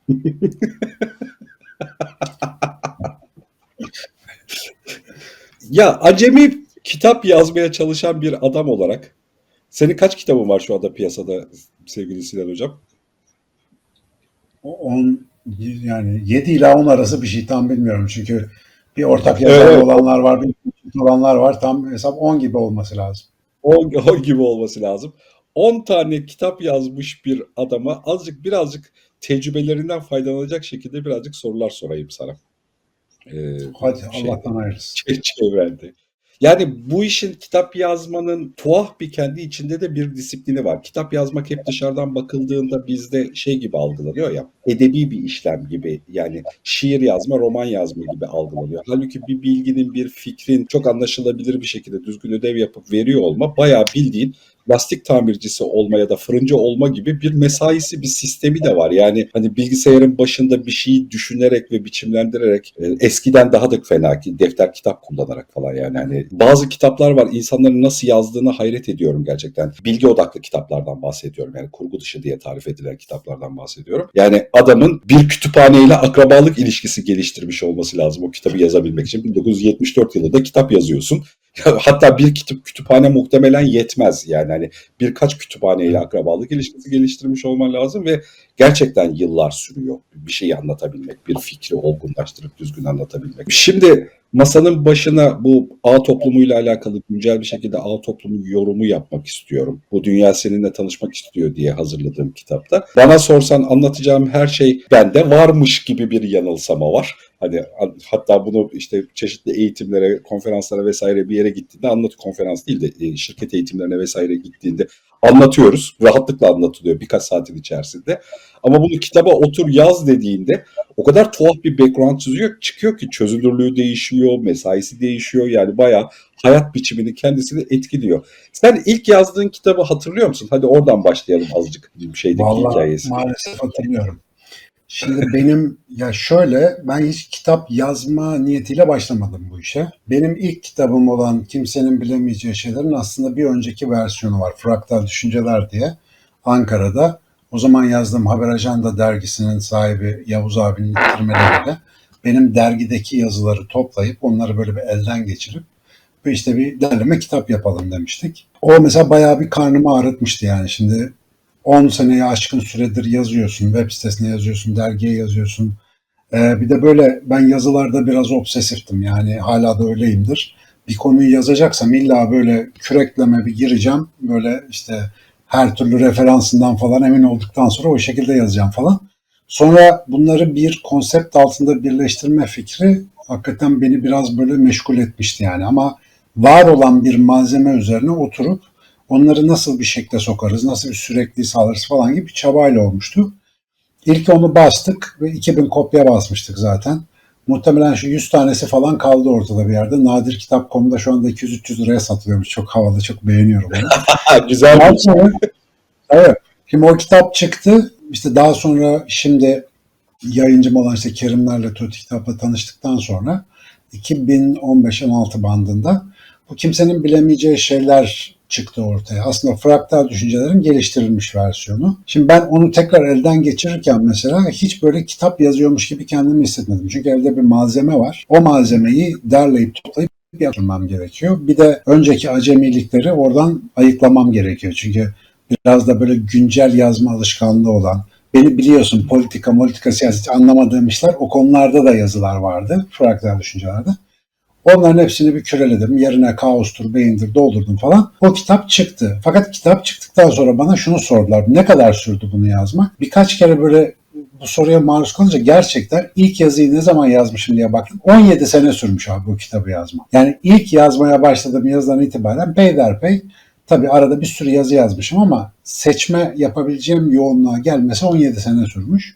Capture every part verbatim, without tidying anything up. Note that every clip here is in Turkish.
Ya acemi kitap yazmaya çalışan bir adam olarak senin kaç kitabın var şu anda piyasada sevgili Sinan Hocam? O on yani yedi ila on arası bir şey, tam bilmiyorum. Çünkü bir ortak yazarlı Evet, olanlar var, bir olanlar var. Tam hesap on gibi olması lazım. on, on gibi olması lazım. on tane kitap yazmış bir adama azıcık birazcık tecrübelerinden faydalanacak şekilde birazcık sorular sorayım sana. Ee, Hadi şeyde, Allah'tan hayırlısı. çevrende. Yani bu işin kitap yazmanın tuhaf bir kendi içinde de bir disiplini var. Kitap yazmak hep dışarıdan bakıldığında bizde şey gibi algılanıyor ya, edebi bir işlem gibi, yani şiir yazma, roman yazma gibi algılanıyor. Halbuki bir bilginin, bir fikrin çok anlaşılabilir bir şekilde düzgün ödev yapıp veriyor olma, bayağı bildiğin lastik tamircisi olma ya da fırıncı olma gibi bir mesaisi, bir sistemi de var. Yani hani bilgisayarın başında bir şeyi düşünerek ve biçimlendirerek, e, eskiden daha da fena ki defter kitap kullanarak falan, yani hani bazı kitaplar var, insanların nasıl yazdığına hayret ediyorum gerçekten. Bilgi odaklı kitaplardan bahsediyorum, yani kurgu dışı diye tarif edilen kitaplardan bahsediyorum. Yani adamın bir kütüphaneyle akrabalık ilişkisi geliştirmiş olması lazım o kitabı yazabilmek için. bin dokuz yüz yetmiş dört yılında kitap yazıyorsun. Hatta bir kitap kütüphane muhtemelen yetmez. Yani hani birkaç kütüphaneyle akrabalık ilişkisi geliştirmiş olman lazım ve gerçekten yıllar sürüyor bir şeyi anlatabilmek, bir fikri olgunlaştırıp düzgün anlatabilmek. Şimdi masanın başına bu ağ toplumuyla alakalı güncel bir şekilde ağ toplumu yorumu yapmak istiyorum. Bu dünya seninle tanışmak istiyor diye hazırladığım kitapta. Bana sorsan anlatacağım her şey bende varmış gibi bir yanılsama var. Hani hatta bunu işte çeşitli eğitimlere, konferanslara vesaire bir yere gittiğinde anlat, konferans değil de şirket eğitimlerine vesaire gittiğinde anlatıyoruz. Rahatlıkla anlatılıyor birkaç saatin içerisinde. Ama bunu kitaba otur yaz dediğinde o kadar tuhaf bir background çiziyor, çıkıyor ki çözünürlüğü değişiyor, mesaisi değişiyor. Yani bayağı hayat biçimini kendisini etkiliyor. Sen ilk yazdığın kitabı hatırlıyor musun? Hadi oradan başlayalım azıcık bir şeydeki Vallahi hikayesi. maalesef hatırlıyorum. Şimdi benim ya şöyle, ben hiç kitap yazma niyetiyle başlamadım bu işe. Benim ilk kitabım olan Kimsenin Bilemeyeceği Şeylerin aslında bir önceki versiyonu var. Fraktal Düşünceler diye, Ankara'da. O zaman yazdığım Haber Ajanda dergisinin sahibi Yavuz abinin ittirmeleriyle benim dergideki yazıları toplayıp onları böyle bir elden geçirip ve işte bir derleme kitap yapalım demiştik. O mesela bayağı bir karnımı ağrıtmıştı yani. Şimdi on seneye aşkın süredir yazıyorsun, web sitesine yazıyorsun, dergiye yazıyorsun. Ee, bir de böyle ben yazılarda biraz obsesiftim, yani hala da öyleyimdir. Bir konuyu yazacaksam illa böyle kürekleme bir gireceğim, böyle işte her türlü referansından falan emin olduktan sonra o şekilde yazacağım falan. Sonra bunları bir konsept altında birleştirme fikri hakikaten beni biraz böyle meşgul etmişti yani, ama var olan bir malzeme üzerine oturup onları nasıl bir şekle sokarız, nasıl bir sürekli sağlarız falan gibi bir çabayla olmuştu. İlk onu bastık ve iki bin kopya basmıştık zaten. Muhtemelen şu yüz tanesi falan kaldı ortada bir yerde. Nadir Kitap nokta com'da şu anda iki yüz üç yüz liraya satılıyormuş. Çok havalı, çok beğeniyorum onu. Güzel bir sonra, evet, şimdi o kitap çıktı. İşte daha sonra şimdi yayıncım olan işte Kerimlerle Tuğ Kitap'la tanıştıktan sonra iki bin on beş on altı bandında bu Kimsenin Bilemeyeceği Şeyler çıktı ortaya. Aslında Fraktal Düşüncelerin geliştirilmiş versiyonu. Şimdi ben onu tekrar elden geçirirken mesela hiç böyle kitap yazıyormuş gibi kendimi hissetmedim. Çünkü elde bir malzeme var. O malzemeyi derleyip toplayıp yapmam gerekiyor. Bir de önceki acemilikleri oradan ayıklamam gerekiyor. Çünkü biraz da böyle güncel yazma alışkanlığı olan, beni biliyorsun, politika, politika, siyaset anlamadığım işler, o konularda da yazılar vardı Fraktal Düşüncelerde. Onların hepsini bir küreledim. Yerine kaostur, beyindir doldurdum falan. O kitap çıktı. Fakat kitap çıktıktan sonra bana şunu sordular. Ne kadar sürdü bunu yazmak? Birkaç kere böyle bu soruya maruz kalınca gerçekten ilk yazıyı ne zaman yazmışım diye baktım. on yedi sene sürmüş abi bu kitabı yazmak. Yani ilk yazmaya başladığım yazıdan itibaren peyderpey, tabii arada bir sürü yazı yazmışım ama seçme yapabileceğim yoğunluğa gelmesi on yedi sene sürmüş.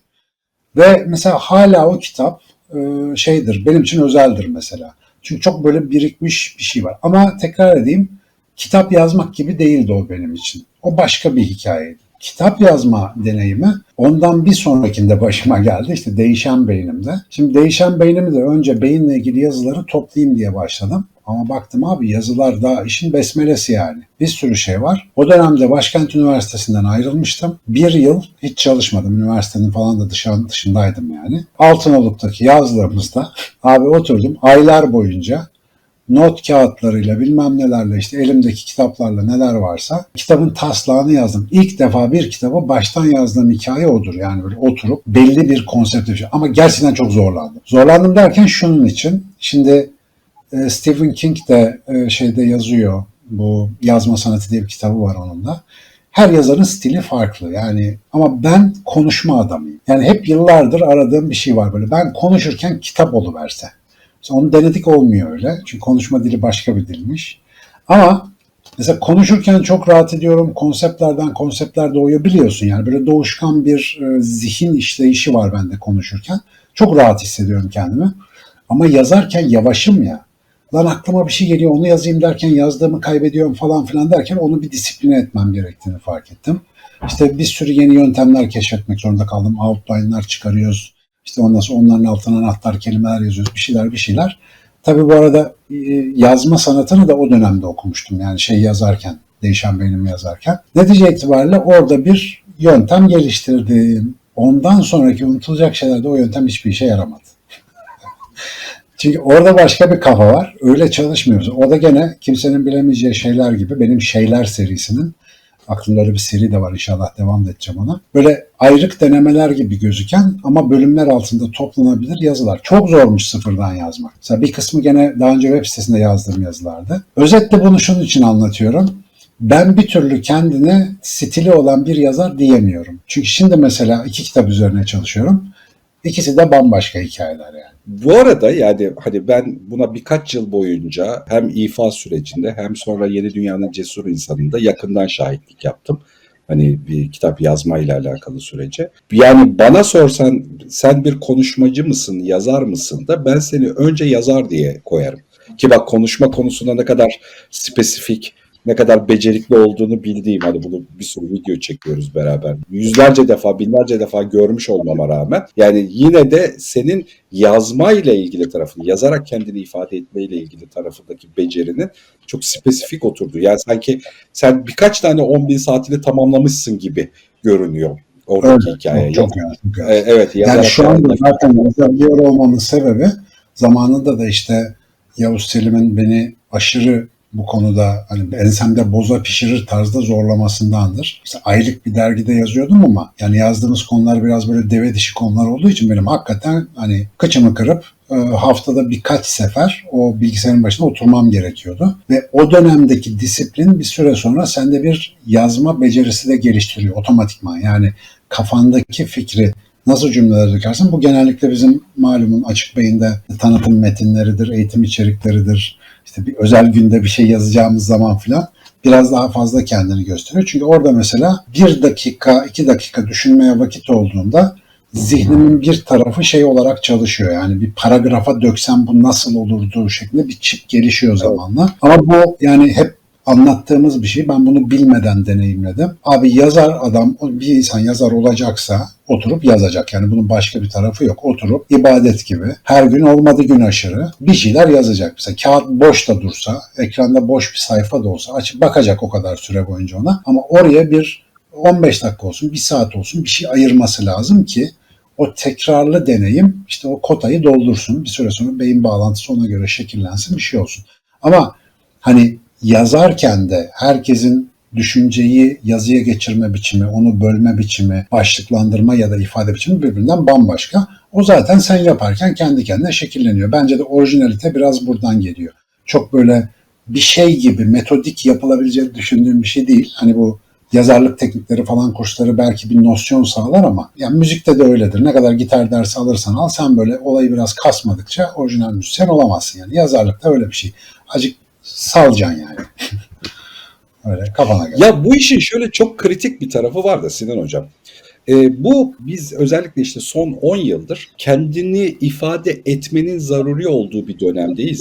Ve mesela hala o kitap şeydir, benim için özeldir mesela. Çünkü çok böyle birikmiş bir şey var. Ama tekrar edeyim, kitap yazmak gibi değildi o benim için. O başka bir hikayeydi. Kitap yazma deneyimi ondan bir sonrakinde başıma geldi. İşte Değişen Beynim'de. Şimdi Değişen Beynim'i de önce beyinle ilgili yazıları toplayayım diye başladım. Ama baktım abi yazılar daha işin besmelesi yani. Bir sürü şey var. O dönemde Başkent Üniversitesi'nden ayrılmıştım. Bir yıl hiç çalışmadım. Üniversitenin falan da dışarı, dışındaydım yani. Altınoluk'taki yazlığımızda abi oturdum aylar boyunca not kağıtlarıyla bilmem nelerle işte elimdeki kitaplarla neler varsa kitabın taslağını yazdım. İlk defa bir kitabı baştan yazdığım hikaye odur. Yani böyle oturup belli bir konsepte şey. Ama gerçekten çok zorlandım. Zorlandım derken şunun için. Şimdi e, Stephen King de e, şeyde yazıyor. Bu Yazma Sanatı diye bir kitabı var onun da. Her yazarın stili farklı yani ama ben konuşma adamıyım. Yani hep yıllardır aradığım bir şey var böyle. Ben konuşurken kitap oluverse. Onu denedik olmuyor öyle. Çünkü konuşma dili başka bir dilmiş. Ama mesela konuşurken çok rahat ediyorum. Konseptlerden konseptler doğuyor biliyorsun. Yani böyle doğuşkan bir e, zihin işleyişi var bende konuşurken. Çok rahat hissediyorum kendimi. Ama yazarken yavaşım ya. Lan aklıma bir şey geliyor onu yazayım derken yazdığımı kaybediyorum falan filan derken onu bir disipline etmem gerektiğini fark ettim. İşte bir sürü yeni yöntemler keşfetmek zorunda kaldım. Outline'lar çıkarıyoruz. İşte ondan sonra onların altına anahtar kelimeler yazıyoruz. Bir şeyler bir şeyler. Tabii bu arada yazma sanatını da o dönemde okumuştum. Yani şey yazarken, Değişen Beynimi yazarken. Netice itibariyle orada bir yöntem geliştirdim. Ondan sonraki unutulacak şeylerde o yöntem hiçbir işe yaramadı. Çünkü orada başka bir kafa var. Öyle çalışmıyoruz. O da gene kimsenin bilemeyeceği şeyler gibi benim Şeyler serisinin aklımda öyle bir seri de var inşallah devam edeceğim ona. Böyle ayrık denemeler gibi gözüken ama bölümler altında toplanabilir yazılar. Çok zormuş sıfırdan yazmak. Mesela bir kısmı gene daha önce web sitesinde yazdığım yazılardı. Özetle bunu şunun için anlatıyorum. Ben bir türlü kendine stili olan bir yazar diyemiyorum. Çünkü şimdi mesela iki kitap üzerine çalışıyorum. İkisi de bambaşka hikayeler yani. Bu arada yani hani ben buna birkaç yıl boyunca hem ifa sürecinde hem sonra Yeni Dünya'nın Cesur İnsanı'nda yakından şahitlik yaptım. Hani bir kitap yazmayla alakalı sürece. Yani bana sorsan sen bir konuşmacı mısın, yazar mısın da ben seni önce yazar diye koyarım. Ki bak konuşma konusunda ne kadar spesifik, ne kadar becerikli olduğunu bildiğim, hani bunu bir sürü video çekiyoruz beraber. Yüzlerce defa, binlerce defa görmüş olmama rağmen yani yine de senin yazmayla ilgili tarafını, yazarak kendini ifade etmeyle ilgili tarafındaki becerinin çok spesifik oturdu. Yani sanki sen birkaç tane on bin saatini tamamlamışsın gibi görünüyor oradaki Evet, hikaye. çok, çok yani. E, evet, yani şu anda yazarak- zaten yazabiliyor olmamın sebebi zamanında da işte Yavuz Selim'in beni aşırı bu konuda hani ensemde boza pişirir tarzda zorlamasındandır. İşte aylık bir dergide yazıyordum ama yani yazdığımız konular biraz böyle deve dişi konular olduğu için benim hakikaten hani kıçımı kırıp e, haftada birkaç sefer o bilgisayarın başına oturmam gerekiyordu. Ve o dönemdeki disiplin bir süre sonra sende bir yazma becerisi de geliştiriyor otomatikman. Yani kafandaki fikri nasıl cümleler dökersin? Bu genellikle bizim malumun Açık Beyin'de tanıtım metinleridir, eğitim içerikleridir. İşte bir özel günde bir şey yazacağımız zaman filan biraz daha fazla kendini gösteriyor. Çünkü orada mesela bir dakika, iki dakika düşünmeye vakit olduğunda zihnimin bir tarafı şey olarak çalışıyor. Yani bir paragrafa döksem bu nasıl olurdu şeklinde bir çip gelişiyor zamanla. Ama bu yani hep anlattığımız bir şey. Ben bunu bilmeden deneyimledim. Abi yazar adam, bir insan yazar olacaksa oturup yazacak. Yani bunun başka bir tarafı yok. Oturup ibadet gibi her gün olmadı gün aşırı bir şeyler yazacak. Mesela kağıt boş da dursa, ekranda boş bir sayfa da olsa açıp bakacak o kadar süre boyunca ona. Ama oraya bir on beş dakika olsun, bir saat olsun bir şey ayırması lazım ki o tekrarlı deneyim işte o kotayı doldursun. Bir süre sonra beyin bağlantısı ona göre şekillensin bir şey olsun. Ama hani yazarken de herkesin düşünceyi yazıya geçirme biçimi, onu bölme biçimi, başlıklandırma ya da ifade biçimi birbirinden bambaşka. O zaten sen yaparken kendi kendine şekilleniyor. Bence de orijinalite biraz buradan geliyor. Çok böyle bir şey gibi metodik yapılabileceğini düşündüğüm bir şey değil. Hani bu yazarlık teknikleri falan kursları belki bir nosyon sağlar ama yani müzikte de öyledir. Ne kadar gitar dersi alırsan al sen böyle olayı biraz kasmadıkça orijinal müzisyen olamazsın. Yani yazarlıkta öyle bir şey. Acık salacaksın yani. Öyle kafana göre. Ya bu işin şöyle çok kritik bir tarafı var da Sinan Hocam. Ee, bu biz özellikle işte son on yıldır kendini ifade etmenin zaruri olduğu bir dönemdeyiz ya.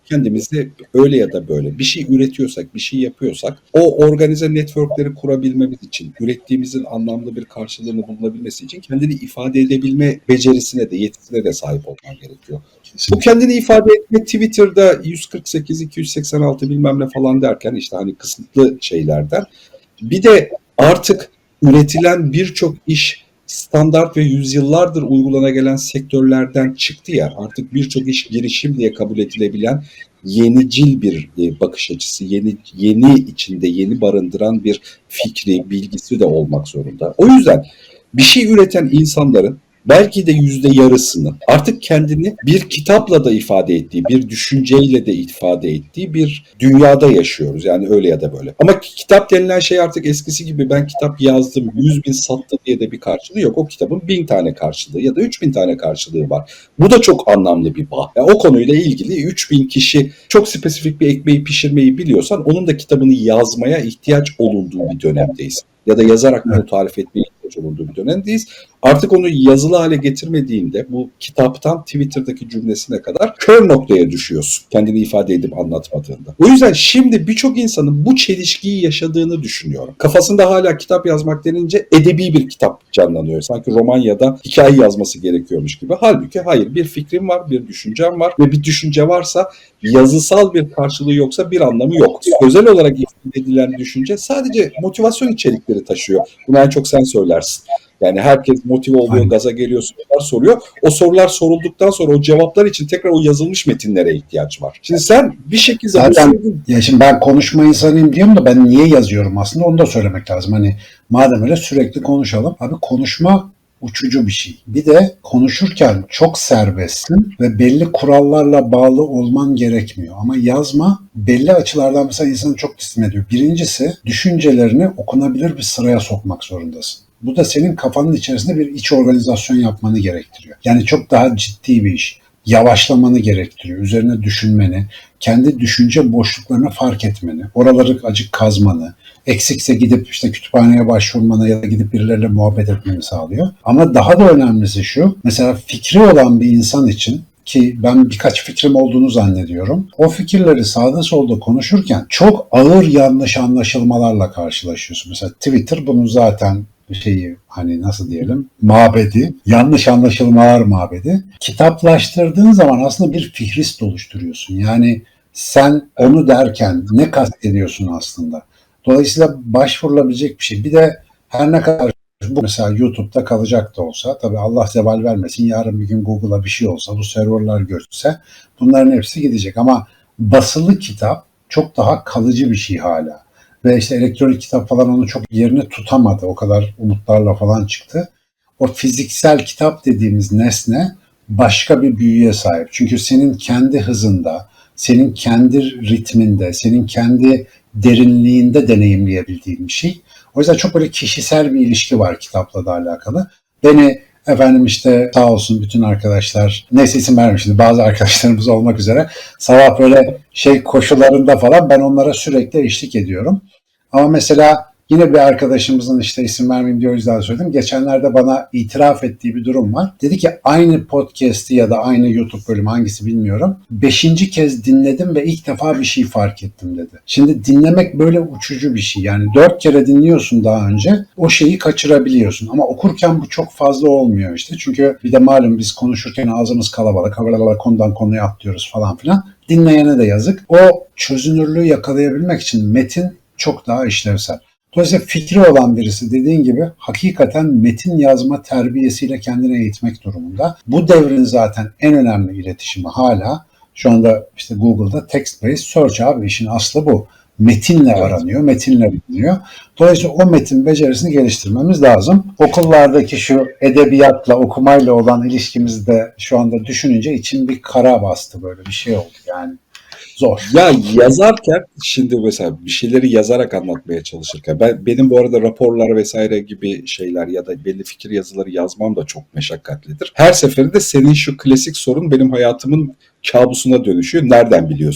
kendimizi öyle ya da böyle bir şey üretiyorsak, bir şey yapıyorsak o organize networkleri kurabilmemiz için, ürettiğimizin anlamlı bir karşılığını bulunabilmesi için kendini ifade edebilme becerisine de, yetisine de sahip olman gerekiyor. Bu kendini ifade etme Twitter'da yüz kırk sekiz, iki yüz seksen altı bilmem ne falan derken işte hani kısıtlı şeylerden. Bir de artık üretilen birçok iş standart ve yüzyıllardır uygulana gelen sektörlerden çıktı ya, artık birçok iş girişim diye kabul edilebilen yenicil bir bakış açısı, yeni yeni içinde yeni barındıran bir fikri, bilgisi de olmak zorunda. O yüzden bir şey üreten insanların belki de yüzde yarısını artık kendini bir kitapla da ifade ettiği, bir düşünceyle de ifade ettiği bir dünyada yaşıyoruz. Yani öyle ya da böyle. Ama kitap denilen şey artık eskisi gibi ben kitap yazdım, yüz bin sattı diye de bir karşılığı yok. O kitabın bin tane karşılığı ya da üç bin tane karşılığı var. Bu da çok anlamlı bir bağ. Yani o konuyla ilgili üç bin kişi çok spesifik bir ekmeği pişirmeyi biliyorsan onun da kitabını yazmaya ihtiyaç olunduğu bir dönemdeyiz. Ya da yazarak bunu tarif etmeye ihtiyaç olunduğu bir dönemdeyiz. Artık onu yazılı hale getirmediğinde bu kitaptan Twitter'daki cümlesine kadar kör noktaya düşüyorsun. Kendini ifade edip anlatmadığında. O yüzden şimdi birçok insanın bu çelişkiyi yaşadığını düşünüyorum. Kafasında hala kitap yazmak denince edebi bir kitap canlanıyor. Sanki roman ya da hikaye yazması gerekiyormuş gibi. Halbuki hayır, bir fikrim var, bir düşüncem var ve bir düşünce varsa yazısal bir karşılığı yoksa bir anlamı yok. Özel olarak ifade edilen düşünce sadece motivasyon içerikleri taşıyor. Bunu en çok sen söylersin. Yani herkes motive oluyor, Aynen. gaza geliyor, sorular soruyor. O sorular sorulduktan sonra o cevaplar için tekrar o yazılmış metinlere ihtiyaç var. Şimdi sen bir şekilde... Zaten sorun... ya şimdi ben konuşma insanıyım diyorum da ben niye yazıyorum aslında onu da söylemek lazım. Hani madem öyle sürekli konuşalım. Abi konuşma uçucu bir şey. Bir de konuşurken çok serbestsin ve belli kurallarla bağlı olman gerekmiyor. Ama yazma belli açılardan mesela insanı çok disipline ediyor. Birincisi düşüncelerini okunabilir bir sıraya sokmak zorundasın. Bu da senin kafanın içerisinde bir iç organizasyon yapmanı gerektiriyor. Yani çok daha ciddi bir iş. Yavaşlamanı gerektiriyor. Üzerine düşünmeni, kendi düşünce boşluklarını fark etmeni, oraları acık kazmanı, eksikse gidip işte kütüphaneye başvurmanı ya da gidip birileriyle muhabbet etmeni sağlıyor. Ama daha da önemlisi şu, mesela fikri olan bir insan için ki ben birkaç fikrim olduğunu zannediyorum. O fikirleri sağda solda konuşurken çok ağır yanlış anlaşılmalarla karşılaşıyorsun. Mesela Twitter bunun zaten şeyi hani nasıl diyelim mabedi, yanlış anlaşılmalar mabedi. Kitaplaştırdığın zaman aslında bir fihrist oluşturuyorsun. Yani sen onu derken ne kastediyorsun aslında? Dolayısıyla başvurulabilecek bir şey. Bir de her ne kadar bu mesela YouTube'da kalacak da olsa, tabii Allah zeval vermesin, yarın bir gün Google'a bir şey olsa, bu serverlar göçse bunların hepsi gidecek. Ama basılı kitap çok daha kalıcı bir şey hala. Ve işte elektronik kitap falan onu çok yerini tutamadı. O kadar umutlarla falan çıktı. O fiziksel kitap dediğimiz nesne başka bir büyüye sahip. Çünkü senin kendi hızında, senin kendi ritminde, senin kendi derinliğinde deneyimleyebildiğin bir şey. O yüzden çok böyle kişisel bir ilişki var kitapla da alakalı. Beni efendim işte sağ olsun bütün arkadaşlar, neyse isim vermeyeyim şimdi, bazı arkadaşlarımız olmak üzere sabah böyle şey koşularında falan ben onlara sürekli eşlik ediyorum. Ama mesela yine bir arkadaşımızın işte isim vermeyeyim diye o yüzden söyledim. Geçenlerde bana itiraf ettiği bir durum var. Dedi ki aynı podcast'i ya da aynı YouTube bölümü hangisi bilmiyorum. Beşinci kez dinledim ve ilk defa bir şey fark ettim dedi. Şimdi dinlemek böyle uçucu bir şey. Yani dört kere dinliyorsun daha önce o şeyi kaçırabiliyorsun. Ama okurken bu çok fazla olmuyor işte. Çünkü bir de malum biz konuşurken ağzımız kalabalık. Havalalar konudan konuya atlıyoruz falan filan. Dinleyene de yazık. O çözünürlüğü yakalayabilmek için metin çok daha işlevsel. Dolayısıyla fikri olan birisi dediğin gibi hakikaten metin yazma terbiyesiyle kendini eğitmek durumunda. Bu devrin zaten en önemli iletişimi hala şu anda işte Google'da text-based search abi, işin aslı bu. Metinle evet. aranıyor, metinle biliniyor. Dolayısıyla o metin becerisini geliştirmemiz lazım. Okullardaki şu edebiyatla, okumayla olan ilişkimizde şu anda düşününce içim bir kara bastı, böyle bir şey oldu yani. Zor. Ya yazarken şimdi mesela bir şeyleri yazarak anlatmaya çalışırken ben benim bu arada raporlar vesaire gibi şeyler ya da belli fikir yazıları yazmam da çok meşakkatlidir. Her seferinde senin şu klasik sorun benim hayatımın kabusuna dönüşüyor. Nereden biliyorsun?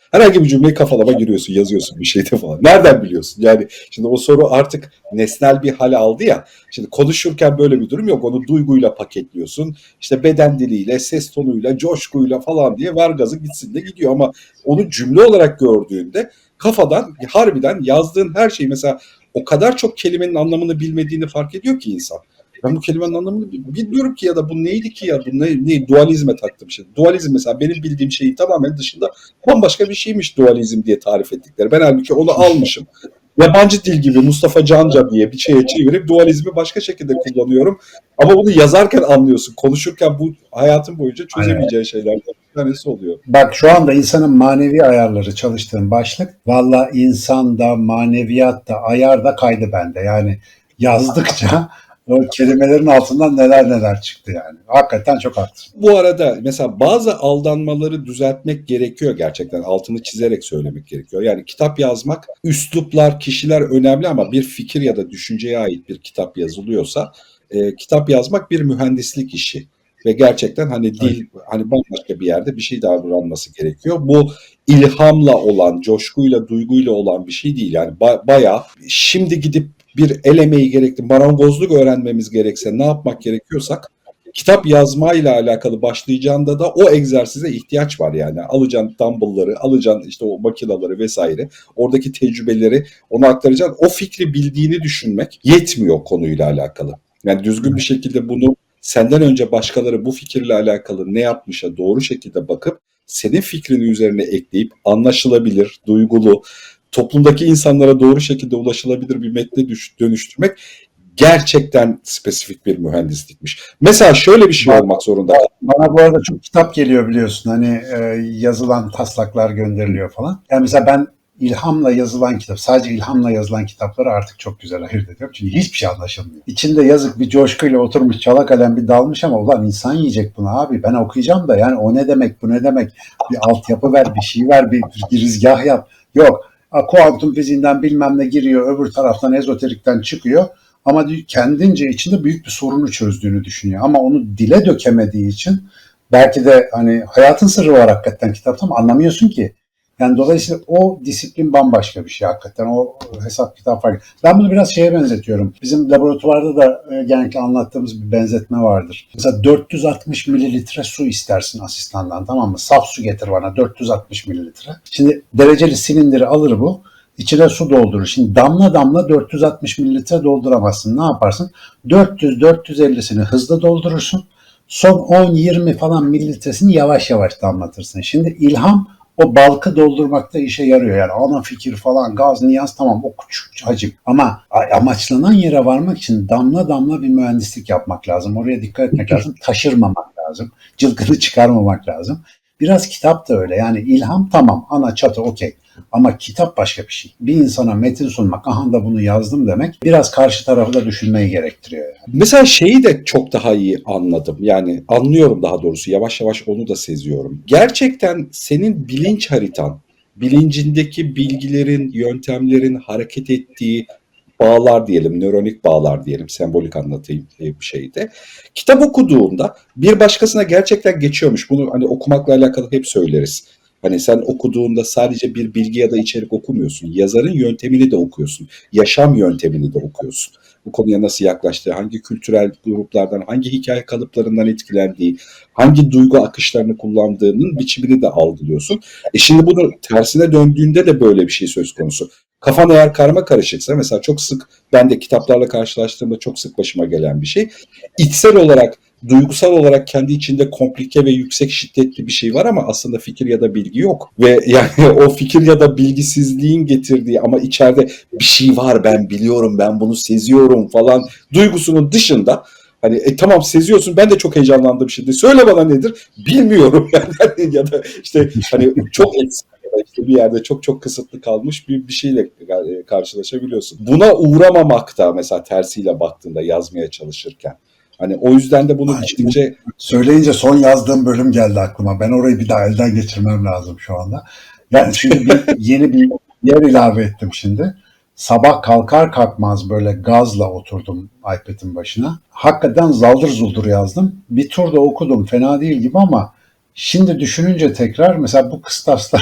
Herhangi bir cümleyi kafalama giriyorsun, yazıyorsun bir şeyde falan. Nereden biliyorsun? Yani şimdi o soru artık nesnel bir hal aldı ya. Şimdi konuşurken böyle bir durum yok. Onu duyguyla paketliyorsun. İşte beden diliyle, ses tonuyla, coşkuyla falan diye ver gazı gitsin de gidiyor. Ama onu cümle olarak gördüğünde kafadan harbiden yazdığın her şeyi, mesela o kadar çok kelimenin anlamını bilmediğini fark ediyor ki insan. Ben bu kelimenin anlamını bilmiyorum ki, ya da bu neydi ki, ya bu ne, ne dualizme taktım şey. Dualizm mesela benim bildiğim şeyin tamamen dışında bambaşka bir şeymiş dualizm diye tarif ettikleri. Ben halbuki onu almışım. Yabancı dil gibi Mustafa Canca diye bir şeye çevirip dualizmi başka şekilde kullanıyorum. Ama bunu yazarken anlıyorsun. Konuşurken bu hayatın boyunca çözemeyeceğin şeylerden bir tanesi oluyor. Bak şu anda insanın manevi ayarları çalıştığım başlık. Valla insanda, maneviyatta, ayarda kaydı bende. Yani yazdıkça o kelimelerin altından neler neler çıktı yani. Hakikaten çok haklısın. Bu arada mesela bazı aldanmaları düzeltmek gerekiyor gerçekten. Altını çizerek söylemek gerekiyor. Yani kitap yazmak, üsluplar, kişiler önemli ama bir fikir ya da düşünceye ait bir kitap yazılıyorsa e, kitap yazmak bir mühendislik işi. Ve gerçekten hani dil hani bambaşka bir yerde bir şey davranması gerekiyor. Bu ilhamla olan, coşkuyla, duyguyla olan bir şey değil. Yani ba- bayağı şimdi gidip bir el emeği gerekti, marangozluk öğrenmemiz gerekse, ne yapmak gerekiyorsak kitap yazmayla alakalı başlayacağında da o egzersize ihtiyaç var yani. Alacaksın dumbbell'ları, alacaksın işte o makinaları vesaire. Oradaki tecrübeleri ona aktaracaksın. O fikri bildiğini düşünmek yetmiyor konuyla alakalı. Yani düzgün bir şekilde bunu senden önce başkaları bu fikirle alakalı ne yapmışa doğru şekilde bakıp senin fikrini üzerine ekleyip anlaşılabilir, duygulu, toplumdaki insanlara doğru şekilde ulaşılabilir bir metne dönüştürmek gerçekten spesifik bir mühendislikmiş. Mesela şöyle bir şey olmak zorunda. Bana bu arada çok kitap geliyor biliyorsun. Hani e, yazılan taslaklar gönderiliyor falan. Yani mesela ben ilhamla yazılan kitap, sadece ilhamla yazılan kitapları artık çok güzel ayırt ediyorum. Çünkü hiçbir şey anlaşılmıyor. İçinde yazık bir coşkuyla oturmuş çala kalem bir dalmış ama ulan insan yiyecek bunu abi. Ben okuyacağım da yani o ne demek, bu ne demek? Bir altyapı ver, bir şey ver, bir girizgah yap. Yok. Kuantum fiziğinden bilmem ne giriyor, öbür taraftan ezoterikten çıkıyor. Ama kendince içinde büyük bir sorunu çözdüğünü düşünüyor. Ama onu dile dökemediği için belki de hani hayatın sırrı var hakikaten kitapta ama anlamıyorsun ki. Yani dolayısıyla o disiplin bambaşka bir şey hakikaten. O hesap kitap farklı. Ben bunu biraz şeye benzetiyorum. Bizim laboratuvarda da genellikle anlattığımız bir benzetme vardır. Mesela dört yüz altmış mililitre su istersin asistandan, tamam mı? Saf su getir bana dört yüz altmış mililitre. Şimdi dereceli silindiri alır bu. İçine su doldurur. Şimdi damla damla dört yüz altmış mililitre dolduramazsın. Ne yaparsın? dört yüz dört yüz ellisini hızlı doldurursun. Son on yirmi falan mililitresini yavaş yavaş damlatırsın. Şimdi ilham o balkı doldurmakta işe yarıyor. Yani ana fikir falan, gaz, niyaz, tamam o küçük hacim. Ama amaçlanan yere varmak için damla damla bir mühendislik yapmak lazım. Oraya dikkat etmek lazım. Taşırmamak lazım. Cılkını çıkarmamak lazım. Biraz kitap da öyle. Yani ilham tamam, ana çatı okey. Ama kitap başka bir şey. Bir insana metin sunmak, aha da bunu yazdım demek biraz karşı tarafı da düşünmeyi gerektiriyor. Yani. Mesela şeyi de çok daha iyi anladım. Yani anlıyorum daha doğrusu. Yavaş yavaş onu da seziyorum. Gerçekten senin bilinç haritan, bilincindeki bilgilerin, yöntemlerin hareket ettiği bağlar diyelim, nöronik bağlar diyelim, sembolik anlatayım bir şeyde. Kitap okuduğunda bir başkasına gerçekten geçiyormuş. Bunu hani okumakla alakalı hep söyleriz. Hani sen okuduğunda sadece bir bilgi ya da içerik okumuyorsun. Yazarın yöntemini de okuyorsun. Yaşam yöntemini de okuyorsun. Bu konuya nasıl yaklaştığı, hangi kültürel gruplardan, hangi hikaye kalıplarından etkilendiği, hangi duygu akışlarını kullandığının biçimini de algılıyorsun. E şimdi bunu tersine döndüğünde de böyle bir şey söz konusu. Kafan eğer karma karışıksa, mesela çok sık ben de kitaplarla karşılaştığımda çok sık başıma gelen bir şey. İçsel olarak, duygusal olarak kendi içinde komplike ve yüksek şiddetli bir şey var ama aslında fikir ya da bilgi yok. Ve yani o fikir ya da bilgisizliğin getirdiği ama içeride bir şey var, ben biliyorum, ben bunu seziyorum falan duygusunun dışında, hani e, tamam seziyorsun, ben de çok heyecanlandım şimdi, söyle bana nedir, bilmiyorum yani ya da işte hani çok eksik ya da işte bir yerde çok çok kısıtlı kalmış bir, bir şeyle karşılaşabiliyorsun. Buna uğramamak da mesela tersiyle baktığında yazmaya çalışırken. Hani o yüzden de bunu gittikçe... Söyleyince son yazdığım bölüm geldi aklıma. Ben orayı bir daha elden geçirmem lazım şu anda. Yani şimdi bir, yeni bir yer ilave ettim şimdi. Sabah kalkar kalkmaz böyle gazla oturdum iPad'in başına. Hakikaten zaldır zuldur yazdım. Bir tur da okudum. Fena değil gibi ama şimdi düşününce tekrar mesela bu kıstaslar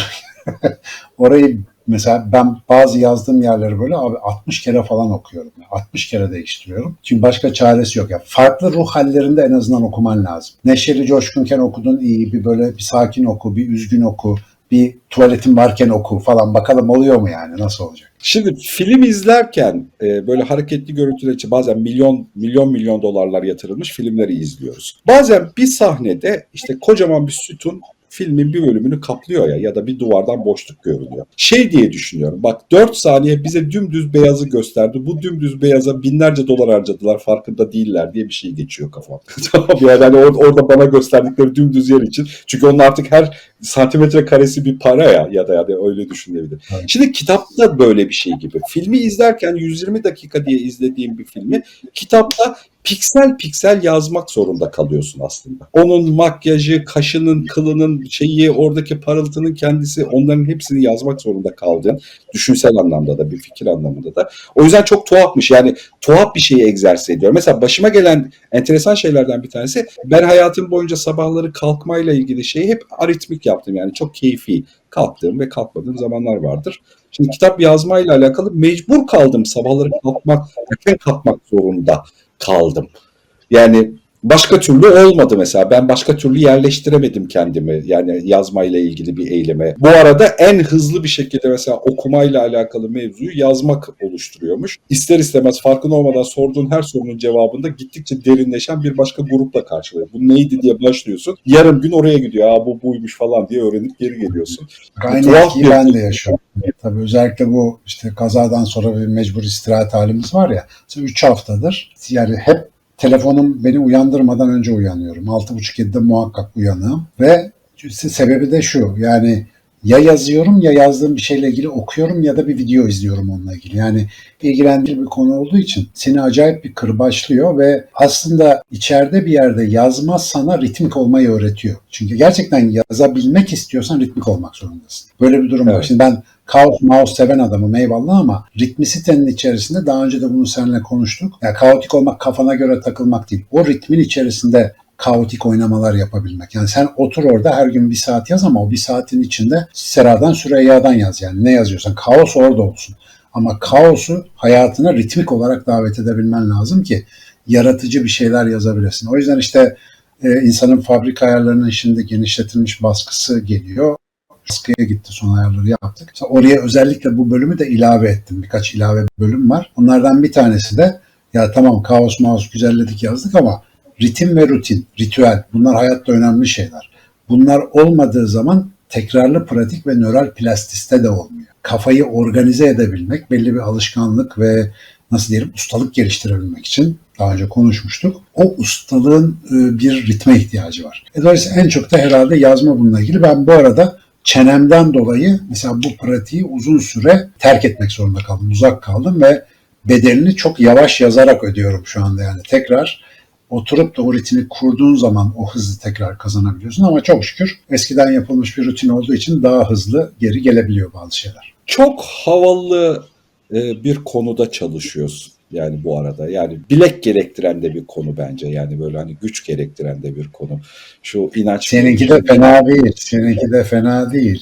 Orayı mesela ben bazı yazdığım yerleri böyle abi altmış kere falan okuyorum. altmış kere değiştiriyorum. Çünkü başka çaresi yok. Yani farklı ruh hallerinde en azından okuman lazım. Neşeli coşkunken okudun iyi, bir böyle bir sakin oku, bir üzgün oku, bir tuvaletin varken oku falan. Bakalım oluyor mu yani? Nasıl olacak? Şimdi film izlerken e, böyle hareketli görüntüler için bazen milyon milyon milyon dolarlar yatırılmış filmleri izliyoruz. Bazen bir sahnede işte kocaman bir sütun filmin bir bölümünü kaplıyor ya ya da bir duvardan boşluk görünüyor. Şey diye düşünüyorum. Bak dört saniye bize dümdüz beyazı gösterdi. Bu dümdüz beyaza binlerce dolar harcadılar. Farkında değiller diye bir şey geçiyor kafam. Tamam yani hani or- orada bana gösterdikleri dümdüz yer için. Çünkü onun artık her santimetre karesi bir para ya ya da ya da öyle düşünülebilir. Evet. Şimdi kitapta böyle bir şey gibi. Filmi izlerken yüz yirmi dakika diye izlediğim bir filmi kitapta piksel piksel yazmak zorunda kalıyorsun aslında. Onun makyajı, kaşının, kılının şeyi, oradaki parıltının kendisi, onların hepsini yazmak zorunda kaldığın, düşünsel anlamda da bir fikir anlamında da. O yüzden çok tuhafmış. Yani tuhaf bir şeyi egzersiz ediyor. Mesela başıma gelen enteresan şeylerden bir tanesi, ben hayatım boyunca sabahları kalkmayla ilgili şeyi hep aritmik yaptım. Yani çok keyfi kalktığım ve kalkmadığım zamanlar vardır. Şimdi kitap yazmayla alakalı mecbur kaldım, sabahları kalkmak, erken kalkmak zorunda kaldım. Yani başka türlü olmadı mesela. Ben başka türlü yerleştiremedim kendimi. Yani yazmayla ilgili bir eyleme. Bu arada en hızlı bir şekilde mesela okumayla alakalı mevzuyu yazmak oluşturuyormuş. İster istemez farkında olmadan sorduğun her sorunun cevabında gittikçe derinleşen bir başka grupla karşılıyor. Bu neydi diye başlıyorsun. Yarım gün oraya gidiyor. Aa bu buymuş falan diye öğrenip geri geliyorsun. Aynı Tuhaf etkiyi bir- ben de yaşıyorum. Tabii özellikle bu işte kazadan sonra bir mecbur istirahat halimiz var ya. üç haftadır yani hep telefonum beni uyandırmadan önce uyanıyorum. altı buçuk yedide muhakkak uyanığım ve sebebi de şu yani ya yazıyorum ya yazdığım bir şeyle ilgili okuyorum ya da bir video izliyorum onunla ilgili. Yani ilgilendirici bir konu olduğu için seni acayip bir kırbaçlıyor ve aslında içeride bir yerde yazma sana ritmik olmayı öğretiyor. Çünkü gerçekten yazabilmek istiyorsan ritmik olmak zorundasın. Böyle bir durum var. Evet. Şimdi ben kaos mouse seven adamım eyvallah ama ritmisitenin içerisinde daha önce de bunu seninle konuştuk. Yani kaotik olmak kafana göre takılmak değil. O ritmin içerisinde kaotik oynamalar yapabilmek. Yani sen otur orada her gün bir saat yaz ama o bir saatin içinde Sera'dan Süreyya'dan yaz yani ne yazıyorsan. Kaos orada olsun. Ama kaosu hayatına ritmik olarak davet edebilmen lazım ki yaratıcı bir şeyler yazabilesin. O yüzden işte e, insanın fabrika ayarlarının şimdi genişletilmiş baskısı geliyor. Baskıya gitti, son ayarları yaptık. Mesela oraya özellikle bu bölümü de ilave ettim. Birkaç ilave bölüm var. Onlardan bir tanesi de ya tamam kaos mouse güzelledik yazdık ama ritim ve rutin, ritüel bunlar hayatta önemli şeyler. Bunlar olmadığı zaman tekrarlı pratik ve nöral plastiste de olmuyor. Kafayı organize edebilmek, belli bir alışkanlık ve nasıl diyelim ustalık geliştirebilmek için daha önce konuşmuştuk. O ustalığın bir ritme ihtiyacı var. E dolayısıyla en çok da herhalde yazma bununla ilgili. Ben bu arada çenemden dolayı mesela bu pratiği uzun süre terk etmek zorunda kaldım. Uzak kaldım ve bedelini çok yavaş yazarak ödüyorum şu anda yani. Tekrar oturup da o rutini kurduğun zaman o hızı tekrar kazanabiliyorsun ama çok şükür eskiden yapılmış bir rutin olduğu için daha hızlı geri gelebiliyor bazı şeyler. Çok havalı e, bir konuda çalışıyorsun yani bu arada. Yani bilek gerektiren de bir konu bence. Yani böyle hani güç gerektiren de bir konu. Şu inanç. Seninki de fena değil. Seninki de fena değil.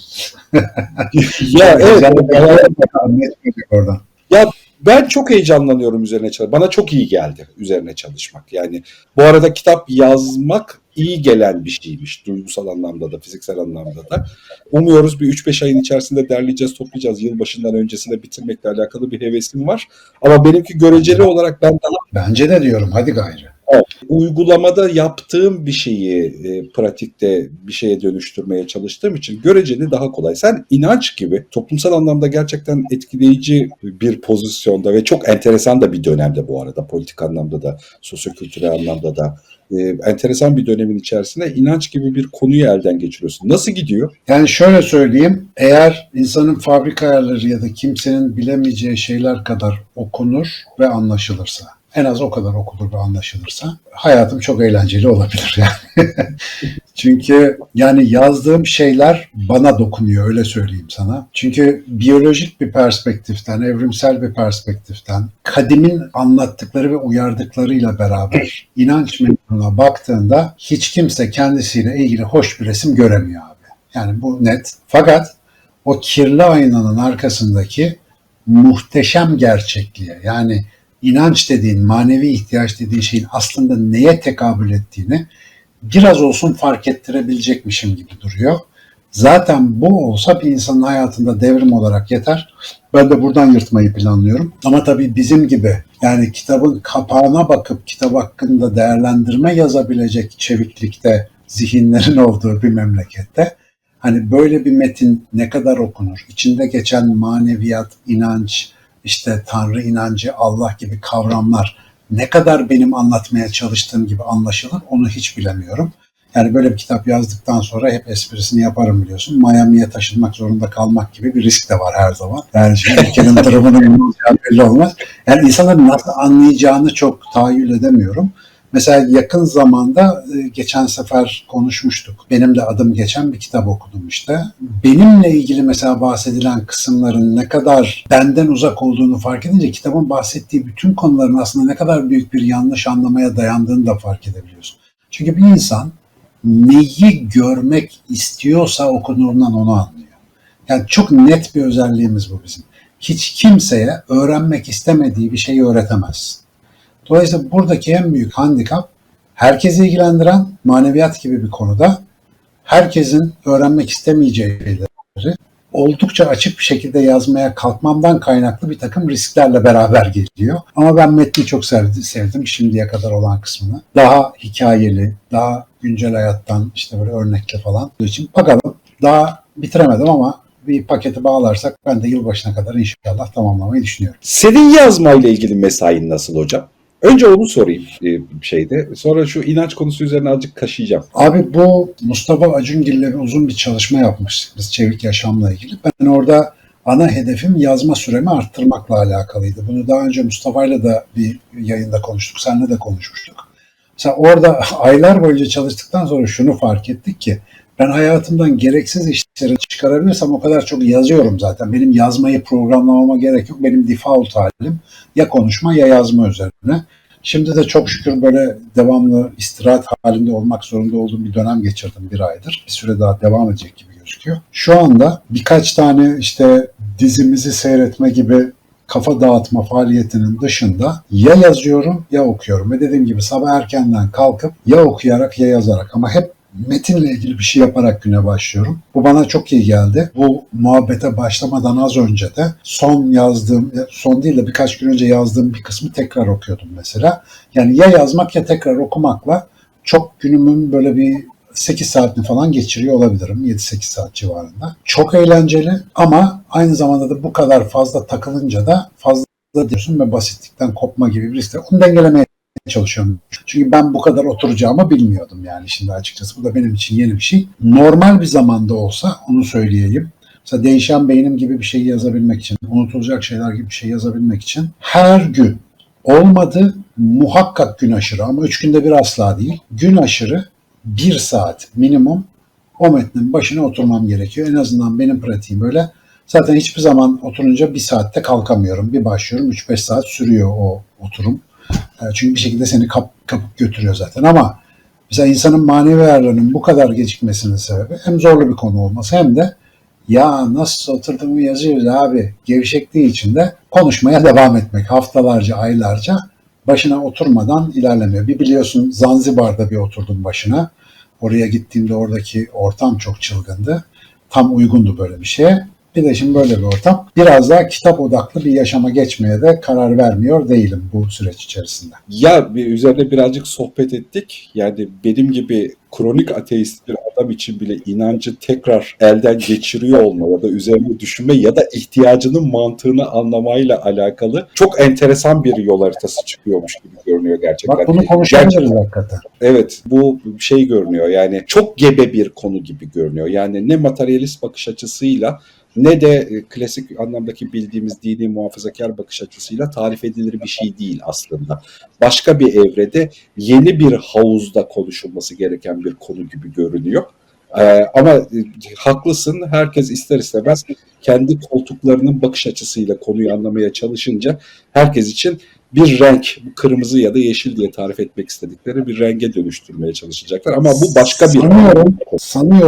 Ya evet. Anlatmadık oradan. Ya ben çok heyecanlanıyorum üzerine çalışmak. Bana çok iyi geldi üzerine çalışmak. Yani bu arada kitap yazmak iyi gelen bir şeymiş. Duygusal anlamda da, fiziksel anlamda da. Umuyoruz bir üç beş ayın içerisinde derleyeceğiz, toplayacağız. Yılbaşından öncesinde bitirmekle alakalı bir hevesim var. Ama benimki göreceli olarak ben daha Bence de diyorum hadi gayrı. uygulamada yaptığım bir şeyi e, pratikte bir şeye dönüştürmeye çalıştığım için göreceli daha kolay. Sen inanç gibi toplumsal anlamda gerçekten etkileyici bir pozisyonda ve çok enteresan da bir dönemde bu arada politik anlamda da sosyokültürel anlamda da e, enteresan bir dönemin içerisinde inanç gibi bir konuyu elden geçiriyorsun. Nasıl gidiyor? Yani şöyle söyleyeyim, eğer insanın fabrika ayarları ya da kimsenin bilemeyeceği şeyler kadar okunur ve anlaşılırsa, en az o kadar okulur ve anlaşılırsa hayatım çok eğlenceli olabilir yani. Çünkü yani yazdığım şeyler bana dokunuyor öyle söyleyeyim sana. Çünkü biyolojik bir perspektiften, evrimsel bir perspektiften kadimin anlattıkları ve uyardıklarıyla beraber inanç mevzuna baktığında hiç kimse kendisiyle ilgili hoş bir resim göremiyor abi. Yani bu net. Fakat o kirli aynanın arkasındaki muhteşem gerçekliğe, yani inanç dediğin, manevi ihtiyaç dediğin şeyin aslında neye tekabül ettiğini biraz olsun fark ettirebilecekmişim gibi duruyor. Zaten bu olsa bir insanın hayatında devrim olarak yeter. Ben de buradan yırtmayı planlıyorum. Ama tabii bizim gibi, yani kitabın kapağına bakıp kitap hakkında değerlendirme yazabilecek çeviklikte zihinlerin olduğu bir memlekette hani böyle bir metin ne kadar okunur? İçinde geçen maneviyat, inanç, işte Tanrı inancı, Allah gibi kavramlar ne kadar benim anlatmaya çalıştığım gibi anlaşılır onu hiç bilemiyorum. Yani böyle bir kitap yazdıktan sonra hep esprisini yaparım biliyorsun. Miami'ye taşınmak zorunda kalmak gibi bir risk de var her zaman. Yani şimdi ülkenin durumunu ne olacağı belli olmaz. Yani insanların nasıl anlayacağını çok tahayyül edemiyorum. Mesela yakın zamanda geçen sefer konuşmuştuk. Benim de adım geçen bir kitap okudum işte. Benimle ilgili mesela bahsedilen kısımların ne kadar benden uzak olduğunu fark edince kitabın bahsettiği bütün konuların aslında ne kadar büyük bir yanlış anlamaya dayandığını da fark edebiliyorsun. Çünkü bir insan neyi görmek istiyorsa okunurundan onu anlıyor. Yani çok net bir özelliğimiz bu bizim. Hiç kimseye öğrenmek istemediği bir şeyi öğretemezsin. Dolayısıyla buradaki en büyük handikap herkesi ilgilendiren maneviyat gibi bir konuda herkesin öğrenmek istemeyeceği şeyleri oldukça açık bir şekilde yazmaya kalkmamdan kaynaklı bir takım risklerle beraber geliyor. Ama ben metni çok sevdim şimdiye kadar olan kısmını. Daha hikayeli, daha güncel hayattan işte böyle örnekle falan. Onun için bakalım, daha bitiremedim ama bir paketi bağlarsak ben de yılbaşına kadar inşallah tamamlamayı düşünüyorum. Senin yazmayla ilgili mesain nasıl hocam? Önce onu sorayım bir şeyde. Sonra şu inanç konusu üzerine azıcık kaşıyacağım. Abi bu Mustafa Acungil'le uzun bir çalışma yapmıştık biz çevik yaşamla ilgili. Ben orada ana hedefim yazma süremi arttırmakla alakalıydı. Bunu daha önce Mustafa'yla da bir yayında konuştuk. Seninle de konuşmuştuk. Mesela orada aylar boyunca çalıştıktan sonra şunu fark ettik ki ben hayatımdan gereksiz işleri çıkarabilirsem o kadar çok yazıyorum zaten. Benim yazmayı programlamama gerek yok. Benim default halim ya konuşma ya yazma üzerine. Şimdi de çok şükür böyle devamlı istirahat halinde olmak zorunda olduğum bir dönem geçirdim bir aydır. Bir süre daha devam edecek gibi gözüküyor. Şu anda birkaç tane işte dizimizi seyretme gibi kafa dağıtma faaliyetinin dışında ya yazıyorum ya okuyorum. Ve dediğim gibi sabah erkenden kalkıp ya okuyarak ya yazarak ama hep metinle ilgili bir şey yaparak güne başlıyorum. Bu bana çok iyi geldi. Bu muhabbete başlamadan az önce de son yazdığım, son değil de birkaç gün önce yazdığım bir kısmı tekrar okuyordum mesela. Yani ya yazmak ya tekrar okumakla çok günümün böyle bir sekiz saatini falan geçiriyor olabilirim. yedi sekiz saat civarında. Çok eğlenceli ama aynı zamanda da bu kadar fazla takılınca da fazla diyorsun ve basitlikten kopma gibi bir risk. Onu dengelemeye çalışıyorum. Çünkü ben bu kadar oturacağımı bilmiyordum yani şimdi açıkçası. Bu da benim için yeni bir şey. Normal bir zamanda olsa onu söyleyeyim. Mesela değişen beynim gibi bir şey yazabilmek için, unutulacak şeyler gibi bir şey yazabilmek için her gün olmadı muhakkak gün aşırı ama üç günde bir asla değil. Gün aşırı bir saat minimum o metnin başına oturmam gerekiyor. En azından benim pratiğim böyle. Zaten hiçbir zaman oturunca bir saatte kalkamıyorum. Bir başlıyorum üç beş saat sürüyor o oturum. Çünkü bir şekilde seni kap, kapıp götürüyor zaten ama mesela insanın manevi ayarlarının bu kadar gecikmesinin sebebi hem zorlu bir konu olması hem de ya nasıl oturduğumu yazıyoruz abi gevşekliği için de konuşmaya devam etmek. Haftalarca, aylarca başına oturmadan ilerlemiyor. Bir biliyorsun Zanzibar'da bir oturdum başına. Oraya gittiğimde oradaki ortam çok çılgındı. Tam uygundu böyle bir şeye. Bir de şimdi böyle bir ortam. Biraz daha kitap odaklı bir yaşama geçmeye de karar vermiyor değilim bu süreç içerisinde. Ya bir üzerine birazcık sohbet ettik. Yani benim gibi kronik ateist bir adam için bile inancı tekrar elden geçiriyor olma ya da üzerine düşünme ya da ihtiyacının mantığını anlamayla alakalı çok enteresan bir yol haritası çıkıyormuş gibi görünüyor gerçekten. Bak bunu konuşabiliriz hakikaten. Evet, bu şey görünüyor yani çok gebe bir konu gibi görünüyor. Yani ne materyalist bakış açısıyla ne de klasik anlamdaki bildiğimiz dini muhafazakar bakış açısıyla tarif edilir bir şey değil aslında. Başka bir evrede yeni bir havuzda konuşulması gereken bir konu gibi görünüyor. Ee, ama e, haklısın, herkes ister istemez kendi koltuklarının bakış açısıyla konuyu anlamaya çalışınca herkes için bir renk, kırmızı ya da yeşil diye tarif etmek istedikleri bir renge dönüştürmeye çalışacaklar. Ama bu başka bir... Sanıyorum, sanıyorum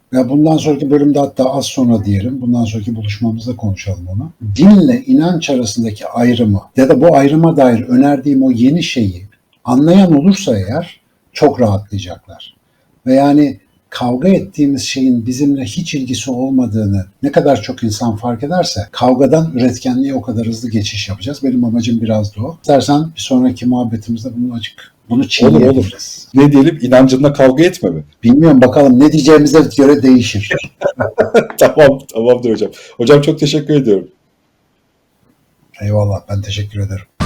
Ya bundan sonraki bölümde hatta az sonra diyelim, bundan sonraki buluşmamızda konuşalım onu. Dinle inanç arasındaki ayrımı ya da bu ayrıma dair önerdiğim o yeni şeyi anlayan olursa eğer çok rahatlayacaklar. Ve yani kavga ettiğimiz şeyin bizimle hiç ilgisi olmadığını ne kadar çok insan fark ederse kavgadan üretkenliğe o kadar hızlı geçiş yapacağız. Benim amacım biraz da o. İstersen bir sonraki muhabbetimizde bunu açık, bunu Olur çiğneyebiliriz. olur. Ne diyelim, inancınla kavga etme mi? Bilmiyorum, bakalım ne diyeceğimize göre değişir. Tamam, tamamdır hocam. Hocam çok teşekkür ediyorum. Eyvallah, ben teşekkür ederim.